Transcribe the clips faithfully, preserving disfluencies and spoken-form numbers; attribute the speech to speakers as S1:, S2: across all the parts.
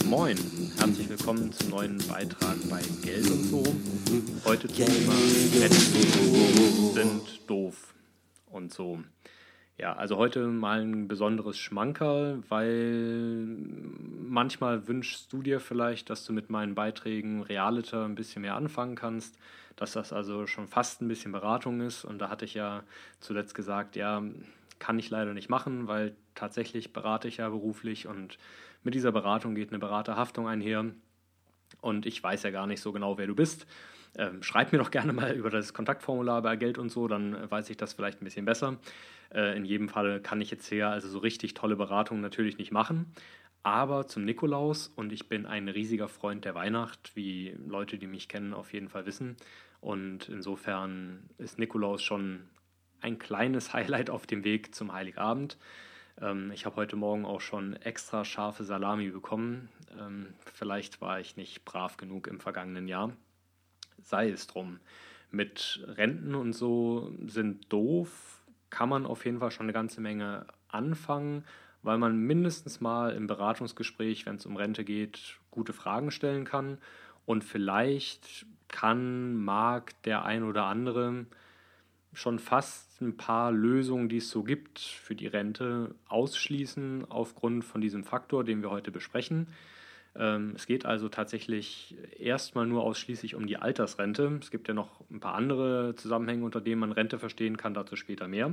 S1: Moin, herzlich willkommen zum neuen Beitrag bei Geld und so. Heute zum Thema Renten sind doof und so. Ja, also heute mal ein besonderes Schmankerl, weil manchmal wünschst du dir vielleicht, dass du mit meinen Beiträgen Realiter ein bisschen mehr anfangen kannst, dass das also schon fast ein bisschen Beratung ist. Und da hatte ich ja zuletzt gesagt, ja, kann ich leider nicht machen, weil tatsächlich berate ich ja beruflich und mit dieser Beratung geht eine Beraterhaftung einher. Und ich weiß ja gar nicht so genau, wer du bist. Ähm, schreib mir doch gerne mal über das Kontaktformular bei Geld und so, dann weiß ich das vielleicht ein bisschen besser. Äh, in jedem Fall kann ich jetzt hier also so richtig tolle Beratungen natürlich nicht machen. Aber zum Nikolaus, und ich bin ein riesiger Freund der Weihnacht, wie Leute, die mich kennen, auf jeden Fall wissen. Und insofern ist Nikolaus schon ein kleines Highlight auf dem Weg zum Heiligabend. Ähm, ich habe heute Morgen auch schon extra scharfe Salami bekommen. Ähm, vielleicht war ich nicht brav genug im vergangenen Jahr. Sei es drum. Mit Renten und so sind doof, kann man auf jeden Fall schon eine ganze Menge anfangen, weil man mindestens mal im Beratungsgespräch, wenn es um Rente geht, gute Fragen stellen kann. Und vielleicht kann, mag der ein oder andere schon fast ein paar Lösungen, die es so gibt für die Rente, ausschließen aufgrund von diesem Faktor, den wir heute besprechen. Ähm, es geht also tatsächlich erstmal nur ausschließlich um die Altersrente. Es gibt ja noch ein paar andere Zusammenhänge, unter denen man Rente verstehen kann, dazu später mehr.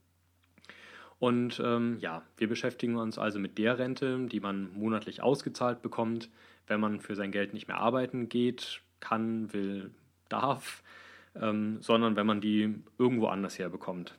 S1: Und ähm, ja, wir beschäftigen uns also mit der Rente, die man monatlich ausgezahlt bekommt, wenn man für sein Geld nicht mehr arbeiten geht, kann, will, darf, ähm, sondern wenn man die irgendwo anders herbekommt.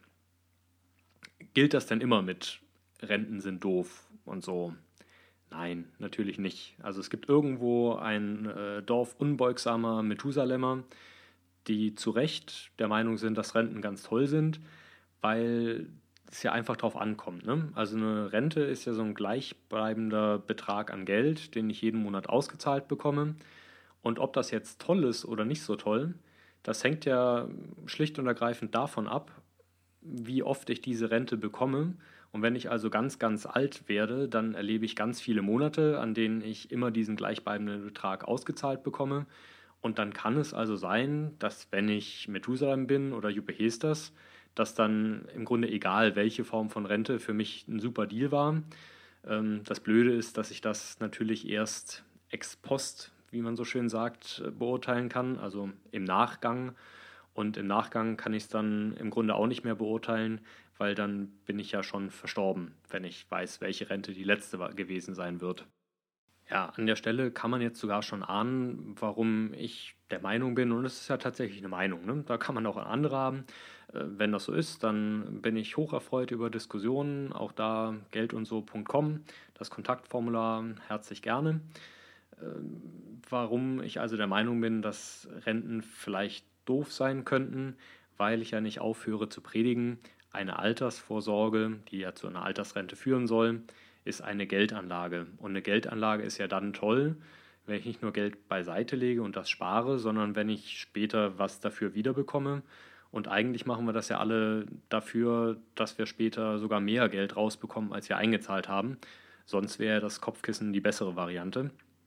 S1: Gilt das denn immer mit Renten sind doof und so? Nein, natürlich nicht. Also es gibt irgendwo ein äh, Dorf unbeugsamer Methusalemer, die zu Recht der Meinung sind, dass Renten ganz toll sind, weil es ja einfach drauf ankommt. Ne? Also eine Rente ist ja so ein gleichbleibender Betrag an Geld, den ich jeden Monat ausgezahlt bekomme. Und ob das jetzt toll ist oder nicht so toll, das hängt ja schlicht und ergreifend davon ab, wie oft ich diese Rente bekomme. Und wenn ich also ganz, ganz alt werde, dann erlebe ich ganz viele Monate, an denen ich immer diesen gleichbleibenden Betrag ausgezahlt bekomme. Und dann kann es also sein, dass wenn ich Methusalem bin oder Juppe Hesters, dass dann im Grunde egal, welche Form von Rente für mich ein super Deal war. Ähm, das Blöde ist, dass ich das natürlich erst ex post, wie man so schön sagt, beurteilen kann, also im Nachgang. Und im Nachgang kann ich es dann im Grunde auch nicht mehr beurteilen, weil dann bin ich ja schon verstorben, wenn ich weiß, welche Rente die letzte gewesen sein wird. Ja, an der Stelle kann man jetzt sogar schon ahnen, warum ich der Meinung bin, und es ist ja tatsächlich eine Meinung, ne? Da kann man auch andere haben. Äh, wenn das so ist, dann bin ich hocherfreut über Diskussionen, auch da geldundso punkt com, das Kontaktformular herzlich gerne. Äh, warum ich also der Meinung bin, dass Renten vielleicht doof sein könnten, weil ich ja nicht aufhöre zu predigen. Eine Altersvorsorge, die ja zu einer Altersrente führen soll, ist eine Geldanlage. Und eine Geldanlage ist ja dann toll, wenn ich nicht nur Geld beiseite lege und das spare, sondern wenn ich später was dafür wiederbekomme. Und eigentlich machen wir das ja alle dafür, dass wir später sogar mehr Geld rausbekommen, als wir eingezahlt haben. Sonst wäre das Kopfkissen die bessere Variante.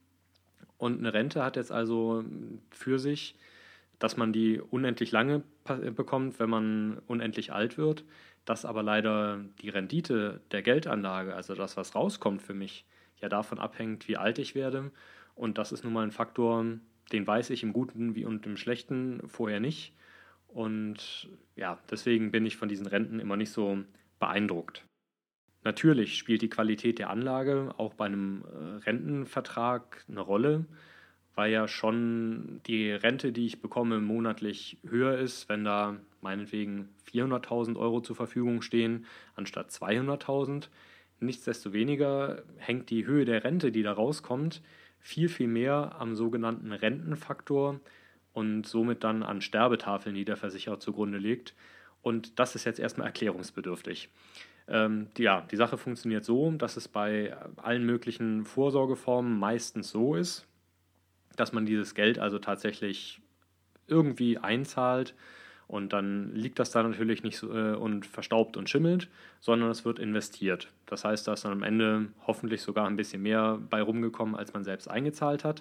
S1: Und eine Rente hat jetzt also für sich, dass man die unendlich lange bekommt, wenn man unendlich alt wird, dass aber leider die Rendite der Geldanlage, also das, was rauskommt für mich, ja davon abhängt, wie alt ich werde. Und das ist nun mal ein Faktor, den weiß ich im Guten wie und im Schlechten vorher nicht. Und ja, deswegen bin ich von diesen Renten immer nicht so beeindruckt. Natürlich spielt die Qualität der Anlage auch bei einem Rentenvertrag eine Rolle, weil ja schon die Rente, die ich bekomme, monatlich höher ist, wenn da meinetwegen vierhunderttausend Euro zur Verfügung stehen, anstatt zweihunderttausend. Nichtsdestoweniger hängt die Höhe der Rente, die da rauskommt, viel, viel mehr am sogenannten Rentenfaktor und somit dann an Sterbetafeln, die der Versicherer zugrunde legt. Und das ist jetzt erstmal erklärungsbedürftig. Ähm, die, ja, die Sache funktioniert so, dass es bei allen möglichen Vorsorgeformen meistens so ist, dass man dieses Geld also tatsächlich irgendwie einzahlt Und dann liegt das da natürlich nicht so äh, und verstaubt und schimmelt, sondern es wird investiert. Das heißt, da ist dann am Ende hoffentlich sogar ein bisschen mehr bei rumgekommen, als man selbst eingezahlt hat.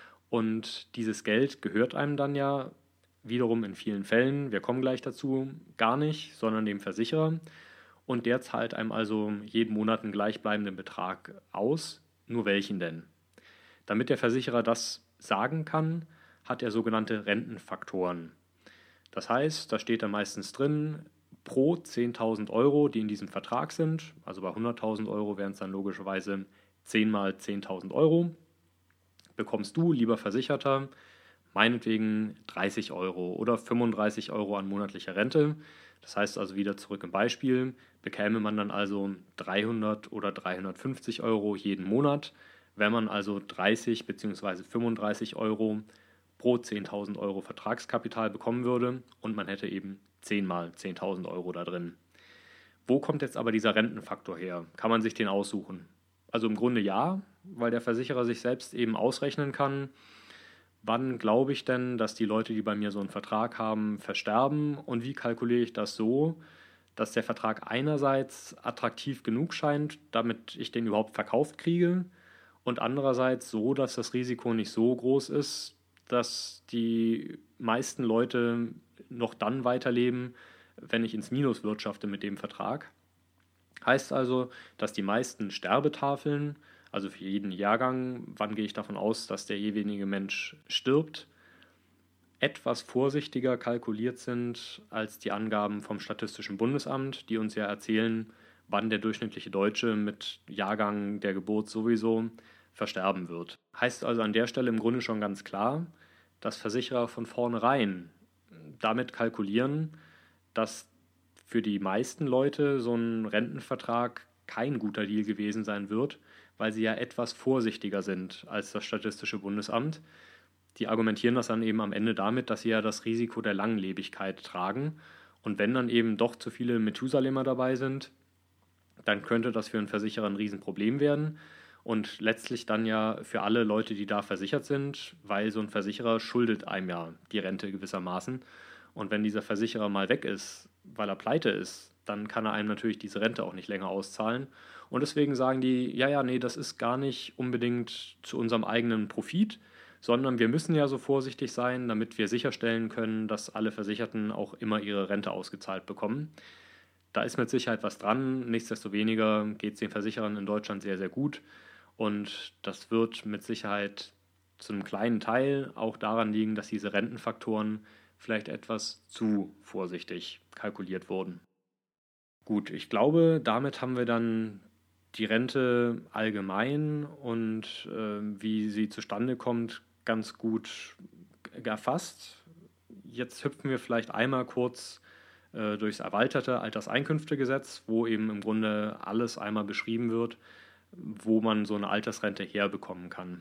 S1: Und dieses Geld gehört einem dann ja wiederum in vielen Fällen, wir kommen gleich dazu, gar nicht, sondern dem Versicherer. Und der zahlt einem also jeden Monat einen gleichbleibenden Betrag aus. Nur welchen denn? Damit der Versicherer das sagen kann, hat er sogenannte Rentenfaktoren. Das heißt, da steht da meistens drin, pro zehntausend Euro, die in diesem Vertrag sind, also bei hunderttausend Euro wären es dann logischerweise zehn mal zehntausend Euro, bekommst du, lieber Versicherter, meinetwegen dreißig Euro oder fünfunddreißig Euro an monatlicher Rente. Das heißt also wieder zurück im Beispiel, bekäme man dann also dreihundert oder dreihundertfünfzig Euro jeden Monat, wenn man also dreißig bzw. fünfunddreißig Euro pro zehntausend Euro Vertragskapital bekommen würde und man hätte eben zehn mal zehntausend Euro da drin. Wo kommt jetzt aber dieser Rentenfaktor her? Kann man sich den aussuchen? Also im Grunde ja, weil der Versicherer sich selbst eben ausrechnen kann, wann glaube ich denn, dass die Leute, die bei mir so einen Vertrag haben, versterben und wie kalkuliere ich das so, dass der Vertrag einerseits attraktiv genug scheint, damit ich den überhaupt verkauft kriege und andererseits so, dass das Risiko nicht so groß ist, dass die meisten Leute noch dann weiterleben, wenn ich ins Minus wirtschafte mit dem Vertrag. Heißt also, dass die meisten Sterbetafeln, also für jeden Jahrgang, wann gehe ich davon aus, dass der jeweilige Mensch stirbt, etwas vorsichtiger kalkuliert sind als die Angaben vom Statistischen Bundesamt, die uns ja erzählen, wann der durchschnittliche Deutsche mit Jahrgang der Geburt sowieso versterben wird. Heißt also an der Stelle im Grunde schon ganz klar, dass Versicherer von vornherein damit kalkulieren, dass für die meisten Leute so ein Rentenvertrag kein guter Deal gewesen sein wird, weil sie ja etwas vorsichtiger sind als das Statistische Bundesamt. Die argumentieren das dann eben am Ende damit, dass sie ja das Risiko der Langlebigkeit tragen. Und wenn dann eben doch zu viele Methusalemer dabei sind, dann könnte das für einen Versicherer ein Riesenproblem werden. Und letztlich dann ja für alle Leute, die da versichert sind, weil so ein Versicherer schuldet einem ja die Rente gewissermaßen. Und wenn dieser Versicherer mal weg ist, weil er pleite ist, dann kann er einem natürlich diese Rente auch nicht länger auszahlen. Und deswegen sagen die, ja, ja, nee, das ist gar nicht unbedingt zu unserem eigenen Profit, sondern wir müssen ja so vorsichtig sein, damit wir sicherstellen können, dass alle Versicherten auch immer ihre Rente ausgezahlt bekommen. Da ist mit Sicherheit was dran. Nichtsdestoweniger geht es den Versicherern in Deutschland sehr, sehr gut. Und das wird mit Sicherheit zu einem kleinen Teil auch daran liegen, dass diese Rentenfaktoren vielleicht etwas zu vorsichtig kalkuliert wurden. Gut, ich glaube, damit haben wir dann die Rente allgemein und äh, wie sie zustande kommt, ganz gut erfasst. Jetzt hüpfen wir vielleicht einmal kurz äh, durchs erweiterte Alterseinkünftegesetz, wo eben im Grunde alles einmal beschrieben wird, wo man so eine Altersrente herbekommen kann.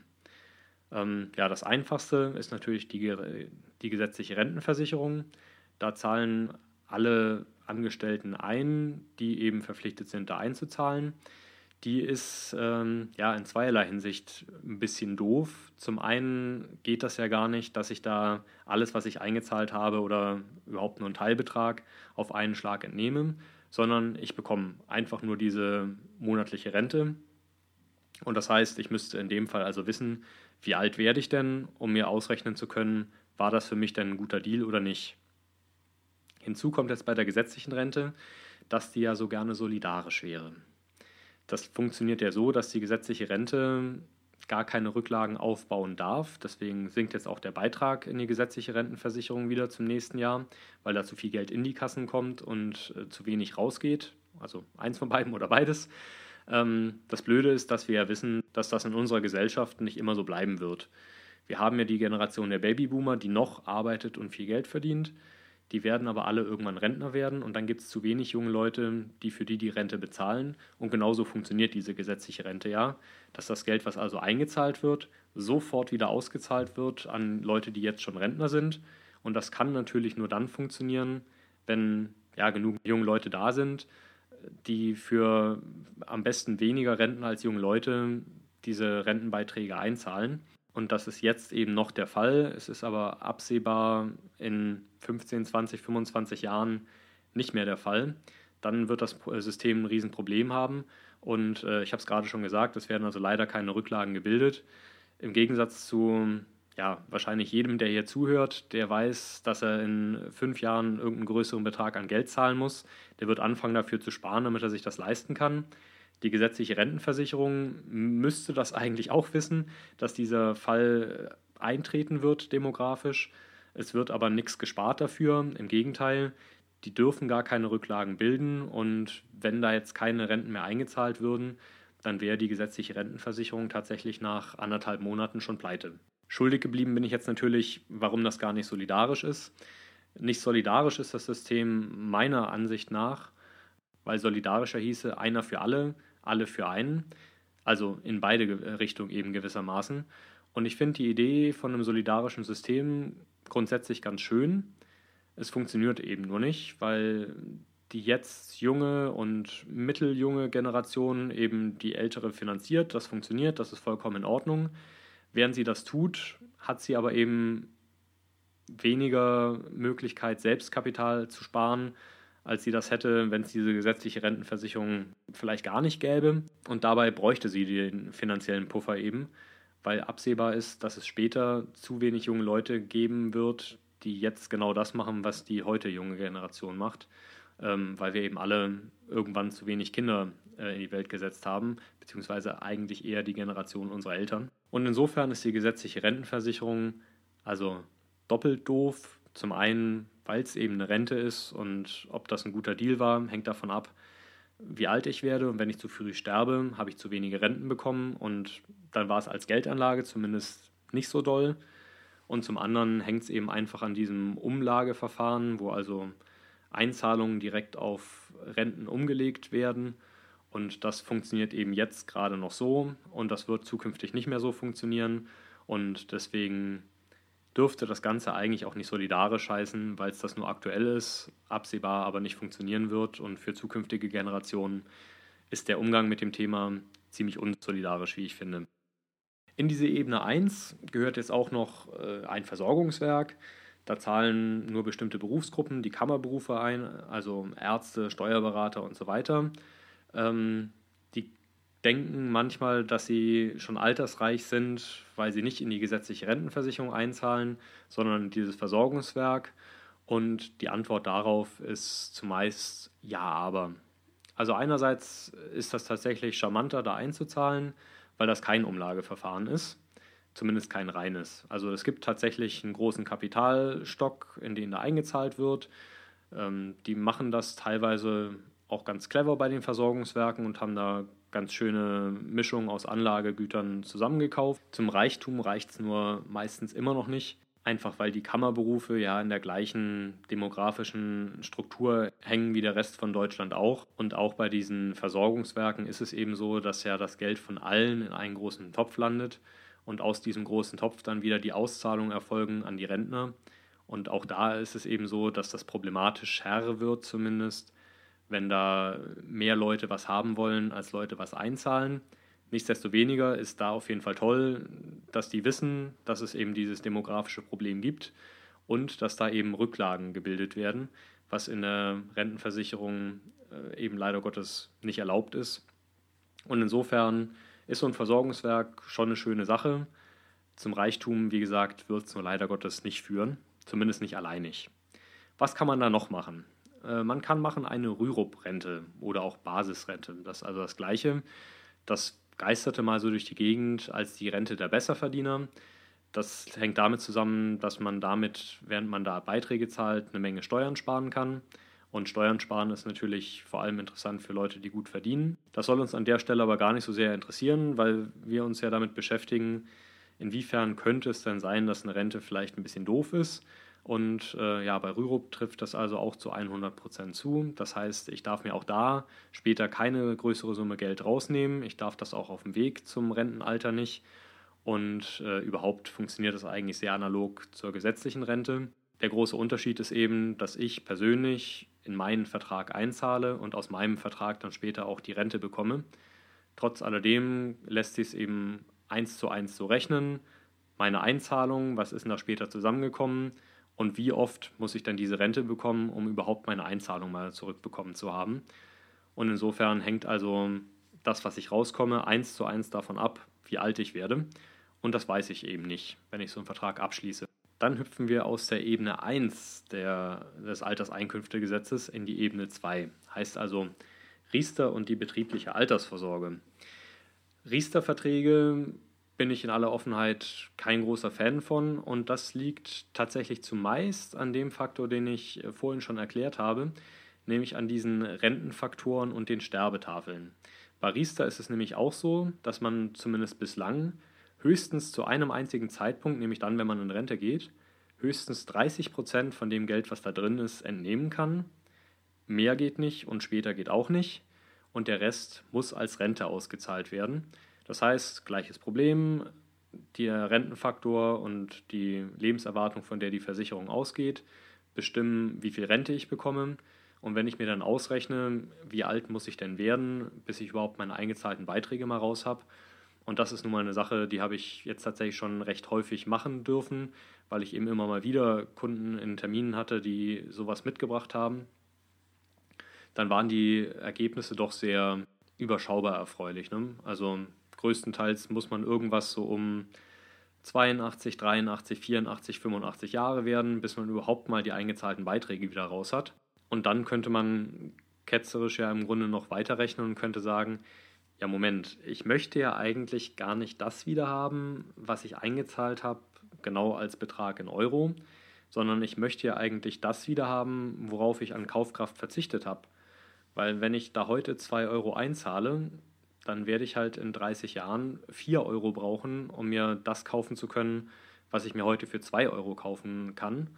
S1: Ähm, ja, das Einfachste ist natürlich die, die gesetzliche Rentenversicherung. Da zahlen alle Angestellten ein, die eben verpflichtet sind, da einzuzahlen. Die ist ähm, ja in zweierlei Hinsicht ein bisschen doof. Zum einen geht das ja gar nicht, dass ich da alles, was ich eingezahlt habe oder überhaupt nur einen Teilbetrag auf einen Schlag entnehme, sondern ich bekomme einfach nur diese monatliche Rente. Und das heißt, ich müsste in dem Fall also wissen, wie alt werde ich denn, um mir ausrechnen zu können, war das für mich denn ein guter Deal oder nicht. Hinzu kommt jetzt bei der gesetzlichen Rente, dass die ja so gerne solidarisch wäre. Das funktioniert ja so, dass die gesetzliche Rente gar keine Rücklagen aufbauen darf. Deswegen sinkt jetzt auch der Beitrag in die gesetzliche Rentenversicherung wieder zum nächsten Jahr, weil da zu viel Geld in die Kassen kommt und äh, zu wenig rausgeht. Also eins von beiden oder beides. Ähm, das Blöde ist, dass wir ja wissen, dass das in unserer Gesellschaft nicht immer so bleiben wird. Wir haben ja die Generation der Babyboomer, die noch arbeitet und viel Geld verdient. Die werden aber alle irgendwann Rentner werden und dann gibt es zu wenig junge Leute, die für die die Rente bezahlen. Und genauso funktioniert diese gesetzliche Rente ja, dass das Geld, was also eingezahlt wird, sofort wieder ausgezahlt wird an Leute, die jetzt schon Rentner sind. Und das kann natürlich nur dann funktionieren, wenn ja genug junge Leute da sind, die für am besten weniger Renten als junge Leute diese Rentenbeiträge einzahlen. Und das ist jetzt eben noch der Fall. Es ist aber absehbar in fünfzehn, zwanzig, fünfundzwanzig Jahren nicht mehr der Fall. Dann wird das System ein Riesenproblem haben. Und äh, ich habe es gerade schon gesagt, es werden also leider keine Rücklagen gebildet. Im Gegensatz zu ja, wahrscheinlich jedem, der hier zuhört, der weiß, dass er in fünf Jahren irgendeinen größeren Betrag an Geld zahlen muss. Der wird anfangen, dafür zu sparen, damit er sich das leisten kann. Die gesetzliche Rentenversicherung müsste das eigentlich auch wissen, dass dieser Fall eintreten wird demografisch. Es wird aber nichts gespart dafür. Im Gegenteil, die dürfen gar keine Rücklagen bilden. Und wenn da jetzt keine Renten mehr eingezahlt würden, dann wäre die gesetzliche Rentenversicherung tatsächlich nach anderthalb Monaten schon pleite. Schuldig geblieben bin ich jetzt natürlich, warum das gar nicht solidarisch ist. Nicht solidarisch ist das System meiner Ansicht nach, weil solidarischer hieße einer für alle, alle für einen, also in beide Richtungen eben gewissermaßen. Und ich finde die Idee von einem solidarischen System grundsätzlich ganz schön. Es funktioniert eben nur nicht, weil die jetzt junge und mitteljunge Generation eben die ältere finanziert. Das funktioniert, das ist vollkommen in Ordnung. Während sie das tut, hat sie aber eben weniger Möglichkeit, Selbstkapital zu sparen, als sie das hätte, wenn es diese gesetzliche Rentenversicherung vielleicht gar nicht gäbe. Und dabei bräuchte sie den finanziellen Puffer eben, weil absehbar ist, dass es später zu wenig junge Leute geben wird, die jetzt genau das machen, was die heute junge Generation macht, ähm, weil wir eben alle irgendwann zu wenig Kinder äh, in die Welt gesetzt haben, beziehungsweise eigentlich eher die Generation unserer Eltern. Und insofern ist die gesetzliche Rentenversicherung also doppelt doof. Zum einen, weil es eben eine Rente ist und ob das ein guter Deal war, hängt davon ab, wie alt ich werde. Und wenn ich zu früh sterbe, habe ich zu wenige Renten bekommen und dann war es als Geldanlage zumindest nicht so doll. Und zum anderen hängt es eben einfach an diesem Umlageverfahren, wo also Einzahlungen direkt auf Renten umgelegt werden. Und das funktioniert eben jetzt gerade noch so und das wird zukünftig nicht mehr so funktionieren. Und deswegen dürfte das Ganze eigentlich auch nicht solidarisch heißen, weil es das nur aktuell ist, absehbar aber nicht funktionieren wird. Und für zukünftige Generationen ist der Umgang mit dem Thema ziemlich unsolidarisch, wie ich finde. In diese Ebene eins gehört jetzt auch noch äh, ein Versorgungswerk. Da zahlen nur bestimmte Berufsgruppen die Kammerberufe ein, also Ärzte, Steuerberater und so weiter. Ähm, die denken manchmal, dass sie schon altersreich sind, weil sie nicht in die gesetzliche Rentenversicherung einzahlen, sondern in dieses Versorgungswerk. Und die Antwort darauf ist zumeist ja, aber. Also einerseits ist das tatsächlich charmanter, da einzuzahlen, weil das kein Umlageverfahren ist, zumindest kein reines. Also es gibt tatsächlich einen großen Kapitalstock, in den da eingezahlt wird. Ähm, die machen das teilweise auch ganz clever bei den Versorgungswerken und haben da ganz schöne Mischungen aus Anlagegütern zusammengekauft. Zum Reichtum reicht es nur meistens immer noch nicht, einfach weil die Kammerberufe ja in der gleichen demografischen Struktur hängen wie der Rest von Deutschland auch. Und auch bei diesen Versorgungswerken ist es eben so, dass ja das Geld von allen in einen großen Topf landet und aus diesem großen Topf dann wieder die Auszahlungen erfolgen an die Rentner. Und auch da ist es eben so, dass das problematisch herr wird zumindest, wenn da mehr Leute was haben wollen, als Leute was einzahlen. Nichtsdestoweniger ist da auf jeden Fall toll, dass die wissen, dass es eben dieses demografische Problem gibt und dass da eben Rücklagen gebildet werden, was in der Rentenversicherung eben leider Gottes nicht erlaubt ist. Und insofern ist so ein Versorgungswerk schon eine schöne Sache. Zum Reichtum, wie gesagt, wird es nur leider Gottes nicht führen, zumindest nicht alleinig. Was kann man da noch machen? Man kann machen eine Rürup-Rente oder auch Basisrente. Das ist also das Gleiche. Das geisterte mal so durch die Gegend als die Rente der Besserverdiener. Das hängt damit zusammen, dass man damit, während man da Beiträge zahlt, eine Menge Steuern sparen kann. Und Steuern sparen ist natürlich vor allem interessant für Leute, die gut verdienen. Das soll uns an der Stelle aber gar nicht so sehr interessieren, weil wir uns ja damit beschäftigen, inwiefern könnte es denn sein, dass eine Rente vielleicht ein bisschen doof ist. Und äh, ja, bei Rürup trifft das also auch zu hundert Prozent zu. Das heißt, ich darf mir auch da später keine größere Summe Geld rausnehmen. Ich darf das auch auf dem Weg zum Rentenalter nicht. Und äh, überhaupt funktioniert das eigentlich sehr analog zur gesetzlichen Rente. Der große Unterschied ist eben, dass ich persönlich in meinen Vertrag einzahle und aus meinem Vertrag dann später auch die Rente bekomme. Trotz alledem lässt sich es eben eins zu eins so rechnen. meine Einzahlung, was ist denn da später zusammengekommen und wie oft muss ich dann diese Rente bekommen, um überhaupt meine Einzahlung mal zurückbekommen zu haben. Und insofern hängt also das, was ich rauskomme, eins zu eins davon ab, wie alt ich werde. Und das weiß ich eben nicht, wenn ich so einen Vertrag abschließe. Dann hüpfen wir aus der Ebene eins der, des Alterseinkünftegesetzes in die Ebene zwei. Heißt also Riester und die betriebliche Altersvorsorge. Riester-Verträge bin ich in aller Offenheit kein großer Fan von und das liegt tatsächlich zumeist an dem Faktor, den ich vorhin schon erklärt habe, nämlich an diesen Rentenfaktoren und den Sterbetafeln. Bei Riester ist es nämlich auch so, dass man zumindest bislang höchstens zu einem einzigen Zeitpunkt, nämlich dann, wenn man in Rente geht, höchstens dreißig Prozent von dem Geld, was da drin ist, entnehmen kann. Mehr geht nicht und später geht auch nicht und der Rest muss als Rente ausgezahlt werden. Das heißt, gleiches Problem, der Rentenfaktor und die Lebenserwartung, von der die Versicherung ausgeht, bestimmen, wie viel Rente ich bekomme. Und wenn ich mir dann ausrechne, wie alt muss ich denn werden, bis ich überhaupt meine eingezahlten Beiträge mal raus habe. Und das ist nun mal eine Sache, die habe ich jetzt tatsächlich schon recht häufig machen dürfen, weil ich eben immer mal wieder Kunden in Terminen hatte, die sowas mitgebracht haben. Dann waren die Ergebnisse doch sehr überschaubar erfreulich. Ne? Also größtenteils muss man irgendwas so um zweiundachtzig, dreiundachtzig, vierundachtzig, fünfundachtzig Jahre werden, bis man überhaupt mal die eingezahlten Beiträge wieder raus hat. Und dann könnte man ketzerisch ja im Grunde noch weiterrechnen und könnte sagen, ja Moment, ich möchte ja eigentlich gar nicht das wieder haben, was ich eingezahlt habe, genau als Betrag in Euro, sondern ich möchte ja eigentlich das wieder haben, worauf ich an Kaufkraft verzichtet habe. Weil wenn ich da heute zwei Euro einzahle, dann werde ich halt in dreißig Jahren vier Euro brauchen, um mir das kaufen zu können, was ich mir heute für zwei Euro kaufen kann.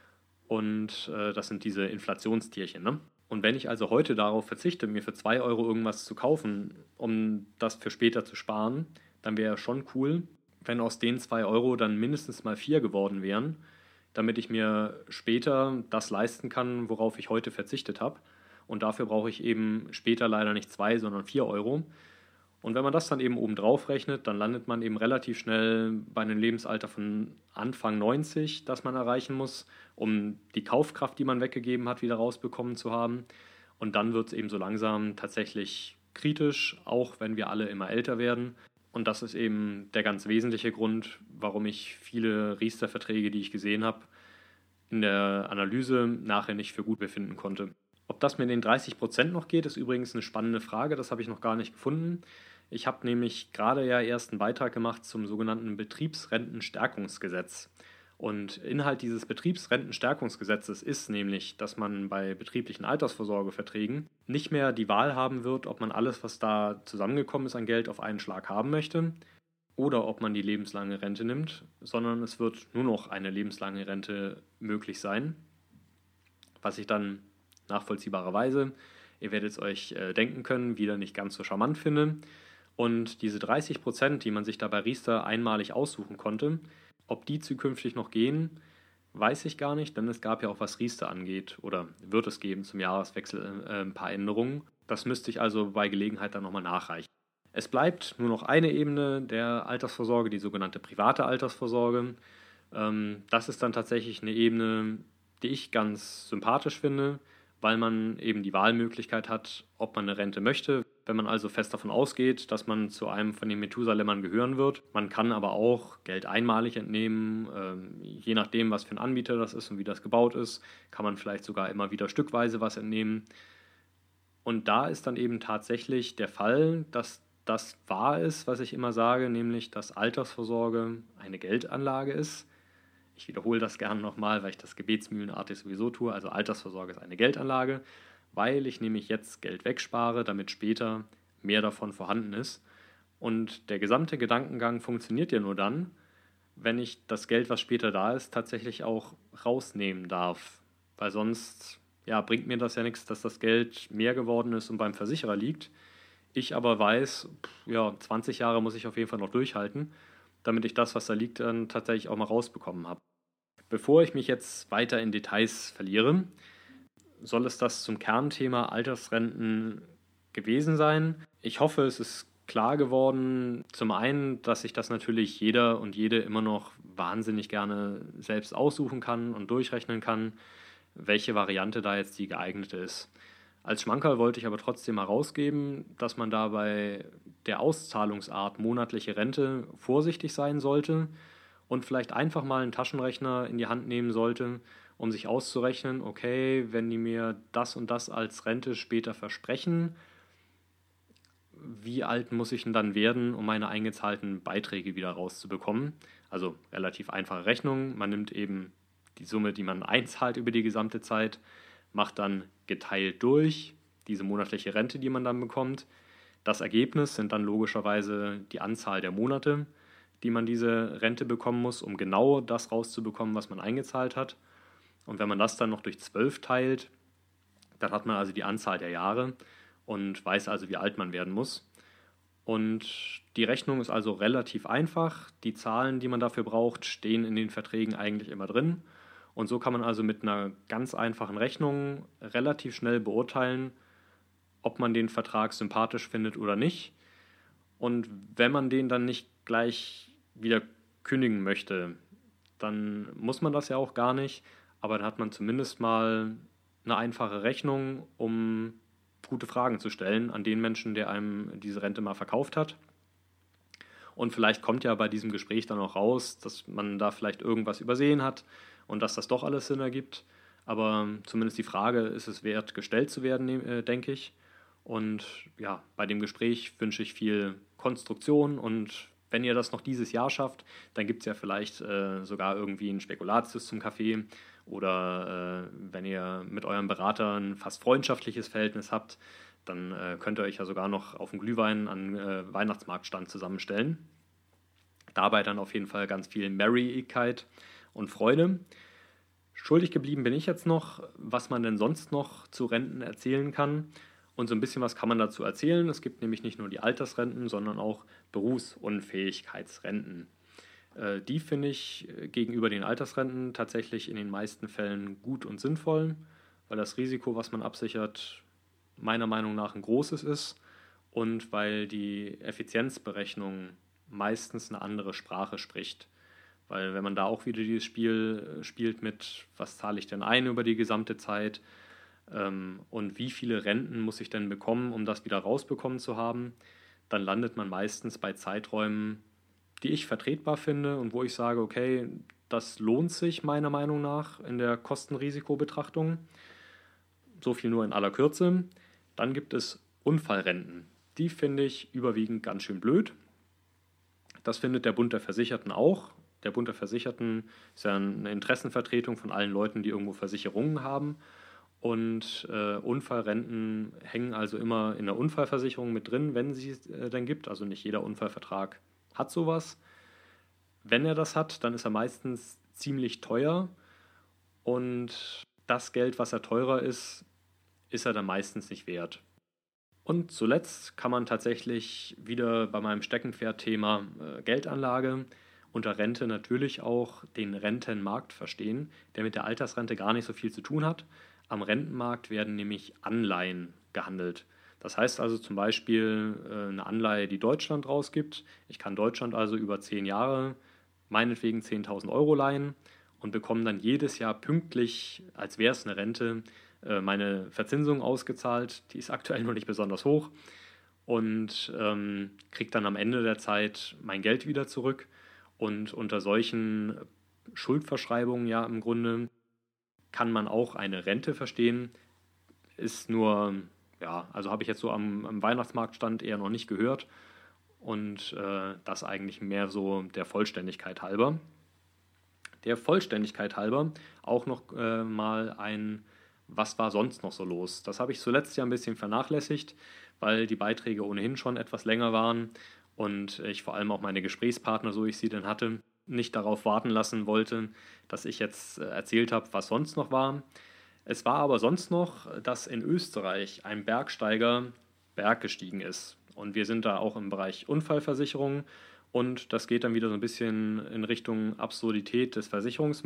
S1: Und äh, das sind diese Inflationstierchen, ne? Und wenn ich also heute darauf verzichte, mir für zwei Euro irgendwas zu kaufen, um das für später zu sparen, dann wäre schon cool, wenn aus den zwei Euro dann mindestens mal vier geworden wären, damit ich mir später das leisten kann, worauf ich heute verzichtet habe. Und dafür brauche ich eben später leider nicht zwei, sondern vier Euro. Und wenn man das dann eben oben drauf rechnet, dann landet man eben relativ schnell bei einem Lebensalter von Anfang neunzig, das man erreichen muss, um die Kaufkraft, die man weggegeben hat, wieder rausbekommen zu haben. Und dann wird es eben so langsam tatsächlich kritisch, auch wenn wir alle immer älter werden. Und das ist eben der ganz wesentliche Grund, warum ich viele Riester-Verträge, die ich gesehen habe, in der Analyse nachher nicht für gut befinden konnte. Ob das mit den dreißig Prozent noch geht, ist übrigens eine spannende Frage, das habe ich noch gar nicht gefunden. Ich habe nämlich gerade ja erst einen Beitrag gemacht zum sogenannten Betriebsrentenstärkungsgesetz. Und Inhalt dieses Betriebsrentenstärkungsgesetzes ist nämlich, dass man bei betrieblichen Altersvorsorgeverträgen nicht mehr die Wahl haben wird, ob man alles, was da zusammengekommen ist an Geld, auf einen Schlag haben möchte oder ob man die lebenslange Rente nimmt, sondern es wird nur noch eine lebenslange Rente möglich sein, was ich dann nachvollziehbarerweise, ihr werdet es euch äh, denken können, wieder nicht ganz so charmant finde. Und diese dreißig Prozent, die man sich da bei Riester einmalig aussuchen konnte, ob die zukünftig noch gehen, weiß ich gar nicht, denn es gab ja auch, was Riester angeht, oder wird es geben zum Jahreswechsel äh, ein paar Änderungen. Das müsste ich also bei Gelegenheit dann nochmal nachreichen. Es bleibt nur noch eine Ebene der Altersvorsorge, die sogenannte private Altersvorsorge. Ähm, das ist dann tatsächlich eine Ebene, die ich ganz sympathisch finde, weil man eben die Wahlmöglichkeit hat, ob man eine Rente möchte. Wenn man also fest davon ausgeht, dass man zu einem von den Methusalemmern gehören wird. Man kann aber auch Geld einmalig entnehmen, ähm, je nachdem, was für ein Anbieter das ist und wie das gebaut ist, kann man vielleicht sogar immer wieder stückweise was entnehmen. Und da ist dann eben tatsächlich der Fall, dass das wahr ist, was ich immer sage, nämlich, dass Altersvorsorge eine Geldanlage ist. Ich wiederhole das gerne nochmal, weil ich das gebetsmühlenartig sowieso tue. Also Altersvorsorge ist eine Geldanlage, weil ich nämlich jetzt Geld wegspare, damit später mehr davon vorhanden ist. Und der gesamte Gedankengang funktioniert ja nur dann, wenn ich das Geld, was später da ist, tatsächlich auch rausnehmen darf. Weil sonst ja, bringt mir das ja nichts, dass das Geld mehr geworden ist und beim Versicherer liegt. Ich aber weiß, ja, zwanzig Jahre muss ich auf jeden Fall noch durchhalten, damit ich das, was da liegt, dann tatsächlich auch mal rausbekommen habe. Bevor ich mich jetzt weiter in Details verliere, soll es das zum Kernthema Altersrenten gewesen sein. Ich hoffe, es ist klar geworden, zum einen, dass sich das natürlich jeder und jede immer noch wahnsinnig gerne selbst aussuchen kann und durchrechnen kann, welche Variante da jetzt die geeignete ist. Als Schmankerl wollte ich aber trotzdem herausgeben, dass man da bei der Auszahlungsart monatliche Rente vorsichtig sein sollte und vielleicht einfach mal einen Taschenrechner in die Hand nehmen sollte, um sich auszurechnen, okay, wenn die mir das und das als Rente später versprechen, wie alt muss ich denn dann werden, um meine eingezahlten Beiträge wieder rauszubekommen? Also relativ einfache Rechnung. Man nimmt eben die Summe, die man einzahlt über die gesamte Zeit, macht dann geteilt durch diese monatliche Rente, die man dann bekommt. Das Ergebnis sind dann logischerweise die Anzahl der Monate, die man diese Rente bekommen muss, um genau das rauszubekommen, was man eingezahlt hat. Und wenn man das dann noch durch zwölf teilt, dann hat man also die Anzahl der Jahre und weiß also, wie alt man werden muss. Und die Rechnung ist also relativ einfach. Die Zahlen, die man dafür braucht, stehen in den Verträgen eigentlich immer drin. Und so kann man also mit einer ganz einfachen Rechnung relativ schnell beurteilen, ob man den Vertrag sympathisch findet oder nicht. Und wenn man den dann nicht gleich wieder kündigen möchte, dann muss man das ja auch gar nicht. Aber dann hat man zumindest mal eine einfache Rechnung, um gute Fragen zu stellen an den Menschen, der einem diese Rente mal verkauft hat. Und vielleicht kommt ja bei diesem Gespräch dann auch raus, dass man da vielleicht irgendwas übersehen hat und dass das doch alles Sinn ergibt. Aber zumindest die Frage ist es wert, gestellt zu werden, denke ich. Und ja, bei dem Gespräch wünsche ich viel Konstruktion und wenn ihr das noch dieses Jahr schafft, dann gibt es ja vielleicht äh, sogar irgendwie einen Spekulatius zum Kaffee oder äh, wenn ihr mit eurem Berater ein fast freundschaftliches Verhältnis habt, dann äh, könnt ihr euch ja sogar noch auf einen Glühwein an äh, Weihnachtsmarktstand zusammenstellen. Dabei dann auf jeden Fall ganz viel Merrigkeit und Freude. Schuldig geblieben bin ich jetzt noch, was man denn sonst noch zu Renten erzählen kann. Und so ein bisschen was kann man dazu erzählen. Es gibt nämlich nicht nur die Altersrenten, sondern auch Berufsunfähigkeitsrenten. Äh, die finde ich gegenüber den Altersrenten tatsächlich in den meisten Fällen gut und sinnvoll, weil das Risiko, was man absichert, meiner Meinung nach ein großes ist und weil die Effizienzberechnung meistens eine andere Sprache spricht. Weil wenn man da auch wieder dieses Spiel spielt mit, was zahle ich denn ein über die gesamte Zeit, ähm, und wie viele Renten muss ich denn bekommen, um das wieder rausbekommen zu haben, dann landet man meistens bei Zeiträumen, die ich vertretbar finde und wo ich sage, okay, das lohnt sich meiner Meinung nach in der Kosten-Risiko-Betrachtung. So viel nur in aller Kürze. Dann gibt es Unfallrenten. Die finde ich überwiegend ganz schön blöd. Das findet der Bund der Versicherten auch. Der Bund der Versicherten ist ja eine Interessenvertretung von allen Leuten, die irgendwo Versicherungen haben. Und äh, Unfallrenten hängen also immer in der Unfallversicherung mit drin, wenn sie es äh, dann gibt. Also nicht jeder Unfallvertrag hat sowas. Wenn er das hat, dann ist er meistens ziemlich teuer. Und das Geld, was er teurer ist, ist er dann meistens nicht wert. Und zuletzt kann man tatsächlich wieder bei meinem Steckenpferd-Thema äh, Geldanlage unter Rente natürlich auch den Rentenmarkt verstehen, der mit der Altersrente gar nicht so viel zu tun hat. Am Rentenmarkt werden nämlich Anleihen gehandelt. Das heißt also zum Beispiel äh, eine Anleihe, die Deutschland rausgibt. Ich kann Deutschland also über zehn Jahre meinetwegen zehntausend Euro leihen und bekomme dann jedes Jahr pünktlich, als wäre es eine Rente, äh, meine Verzinsung ausgezahlt. Die ist aktuell noch nicht besonders hoch und ähm, kriege dann am Ende der Zeit mein Geld wieder zurück. Und unter solchen Schuldverschreibungen ja im Grunde kann man auch eine Rente verstehen, ist nur, ja, also habe ich jetzt so am, am Weihnachtsmarktstand eher noch nicht gehört und äh, das eigentlich mehr so der Vollständigkeit halber. Der Vollständigkeit halber auch noch äh, mal ein, was war sonst noch so los? Das habe ich zuletzt ja ein bisschen vernachlässigt, weil die Beiträge ohnehin schon etwas länger waren und ich vor allem auch meine Gesprächspartner, so ich sie denn hatte, nicht darauf warten lassen wollte, dass ich jetzt erzählt habe, was sonst noch war. Es war aber sonst noch, dass in Österreich ein Bergsteiger berggestiegen ist. Und wir sind da auch im Bereich Unfallversicherung. Und das geht dann wieder so ein bisschen in Richtung Absurdität des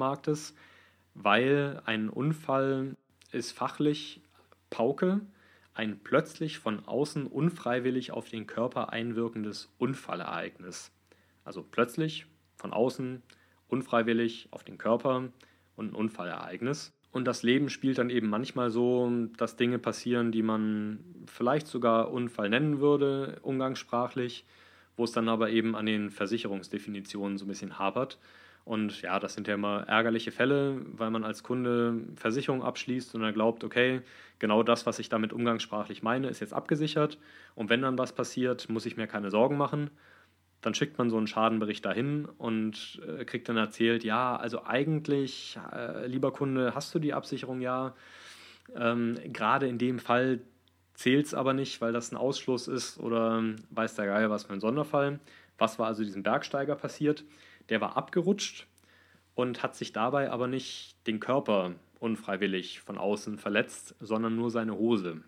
S1: Versicherungsmarktes, weil ein Unfall ist fachlich Pauke, ein plötzlich von außen unfreiwillig auf den Körper einwirkendes Unfallereignis. Also plötzlich von außen unfreiwillig auf den Körper und ein Unfallereignis. Und das Leben spielt dann eben manchmal so, dass Dinge passieren, die man vielleicht sogar Unfall nennen würde, umgangssprachlich, wo es dann aber eben an den Versicherungsdefinitionen so ein bisschen hapert. Und ja, das sind ja immer ärgerliche Fälle, weil man als Kunde Versicherung abschließt und dann glaubt, okay, genau das, was ich damit umgangssprachlich meine, ist jetzt abgesichert. Und wenn dann was passiert, muss ich mir keine Sorgen machen. Dann schickt man so einen Schadenbericht dahin und äh, kriegt dann erzählt, ja, also eigentlich, äh, lieber Kunde, hast du die Absicherung ja. Ähm, gerade in dem Fall zählt es aber nicht, weil das ein Ausschluss ist oder weiß der Geier was für ein Sonderfall. Was war also diesem Bergsteiger passiert? Der war abgerutscht und hat sich dabei aber nicht den Körper unfreiwillig von außen verletzt, sondern nur seine Hose.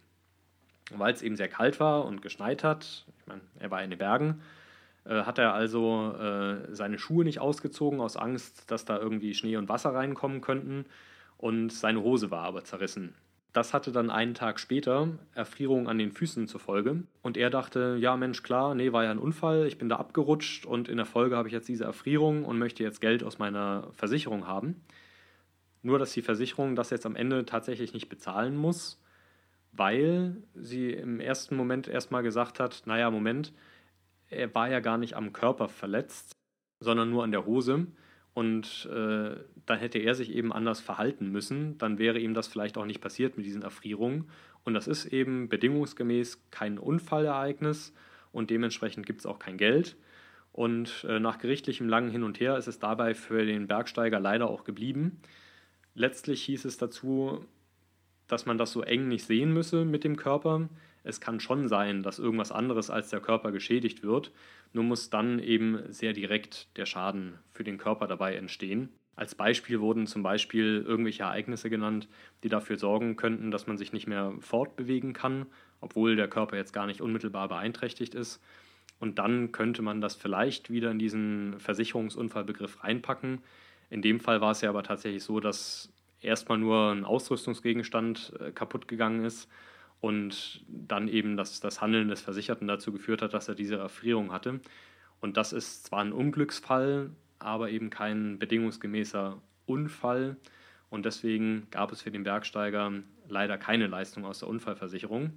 S1: Weil es eben sehr kalt war und geschneit hat, ich meine, er war in den Bergen, äh, hat er also äh, seine Schuhe nicht ausgezogen aus Angst, dass da irgendwie Schnee und Wasser reinkommen könnten und seine Hose war aber zerrissen. Das hatte dann einen Tag später Erfrierungen an den Füßen zur Folge. Und er dachte, ja Mensch, klar, nee, war ja ein Unfall, ich bin da abgerutscht und in der Folge habe ich jetzt diese Erfrierung und möchte jetzt Geld aus meiner Versicherung haben. Nur, dass die Versicherung das jetzt am Ende tatsächlich nicht bezahlen muss, weil sie im ersten Moment erstmal gesagt hat, naja, Moment, er war ja gar nicht am Körper verletzt, sondern nur an der Hose. Und äh, dann hätte er sich eben anders verhalten müssen. Dann wäre ihm das vielleicht auch nicht passiert mit diesen Erfrierungen. Und das ist eben bedingungsgemäß kein Unfallereignis und dementsprechend gibt es auch kein Geld. Und äh, nach gerichtlichem langen Hin und Her ist es dabei für den Bergsteiger leider auch geblieben. Letztlich hieß es dazu, dass man das so eng nicht sehen müsse mit dem Körper. Es kann schon sein, dass irgendwas anderes als der Körper geschädigt wird, nur muss dann eben sehr direkt der Schaden für den Körper dabei entstehen. Als Beispiel wurden zum Beispiel irgendwelche Ereignisse genannt, die dafür sorgen könnten, dass man sich nicht mehr fortbewegen kann, obwohl der Körper jetzt gar nicht unmittelbar beeinträchtigt ist. Und dann könnte man das vielleicht wieder in diesen Versicherungsunfallbegriff reinpacken. In dem Fall war es ja aber tatsächlich so, dass erstmal nur ein Ausrüstungsgegenstand äh, kaputt gegangen ist und dann eben das, das Handeln des Versicherten dazu geführt hat, dass er diese Erfrierung hatte. Und das ist zwar ein Unglücksfall, aber eben kein bedingungsgemäßer Unfall. Und deswegen gab es für den Bergsteiger leider keine Leistung aus der Unfallversicherung.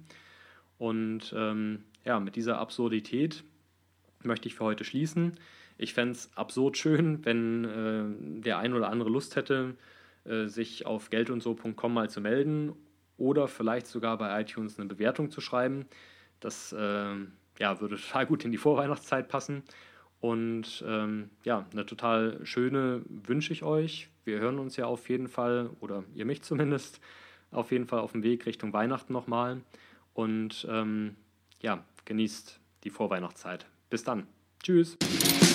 S1: Und ähm, ja, mit dieser Absurdität möchte ich für heute schließen. Ich fände es absurd schön, wenn äh, der ein oder andere Lust hätte, äh, sich auf geldundso punkt com mal zu melden oder vielleicht sogar bei iTunes eine Bewertung zu schreiben. Das äh, ja, würde total gut in die Vorweihnachtszeit passen. Und ähm, ja, eine total schöne wünsche ich euch. Wir hören uns ja auf jeden Fall, oder ihr mich zumindest, auf jeden Fall auf dem Weg Richtung Weihnachten nochmal. Und ähm, ja, genießt die Vorweihnachtszeit. Bis dann. Tschüss.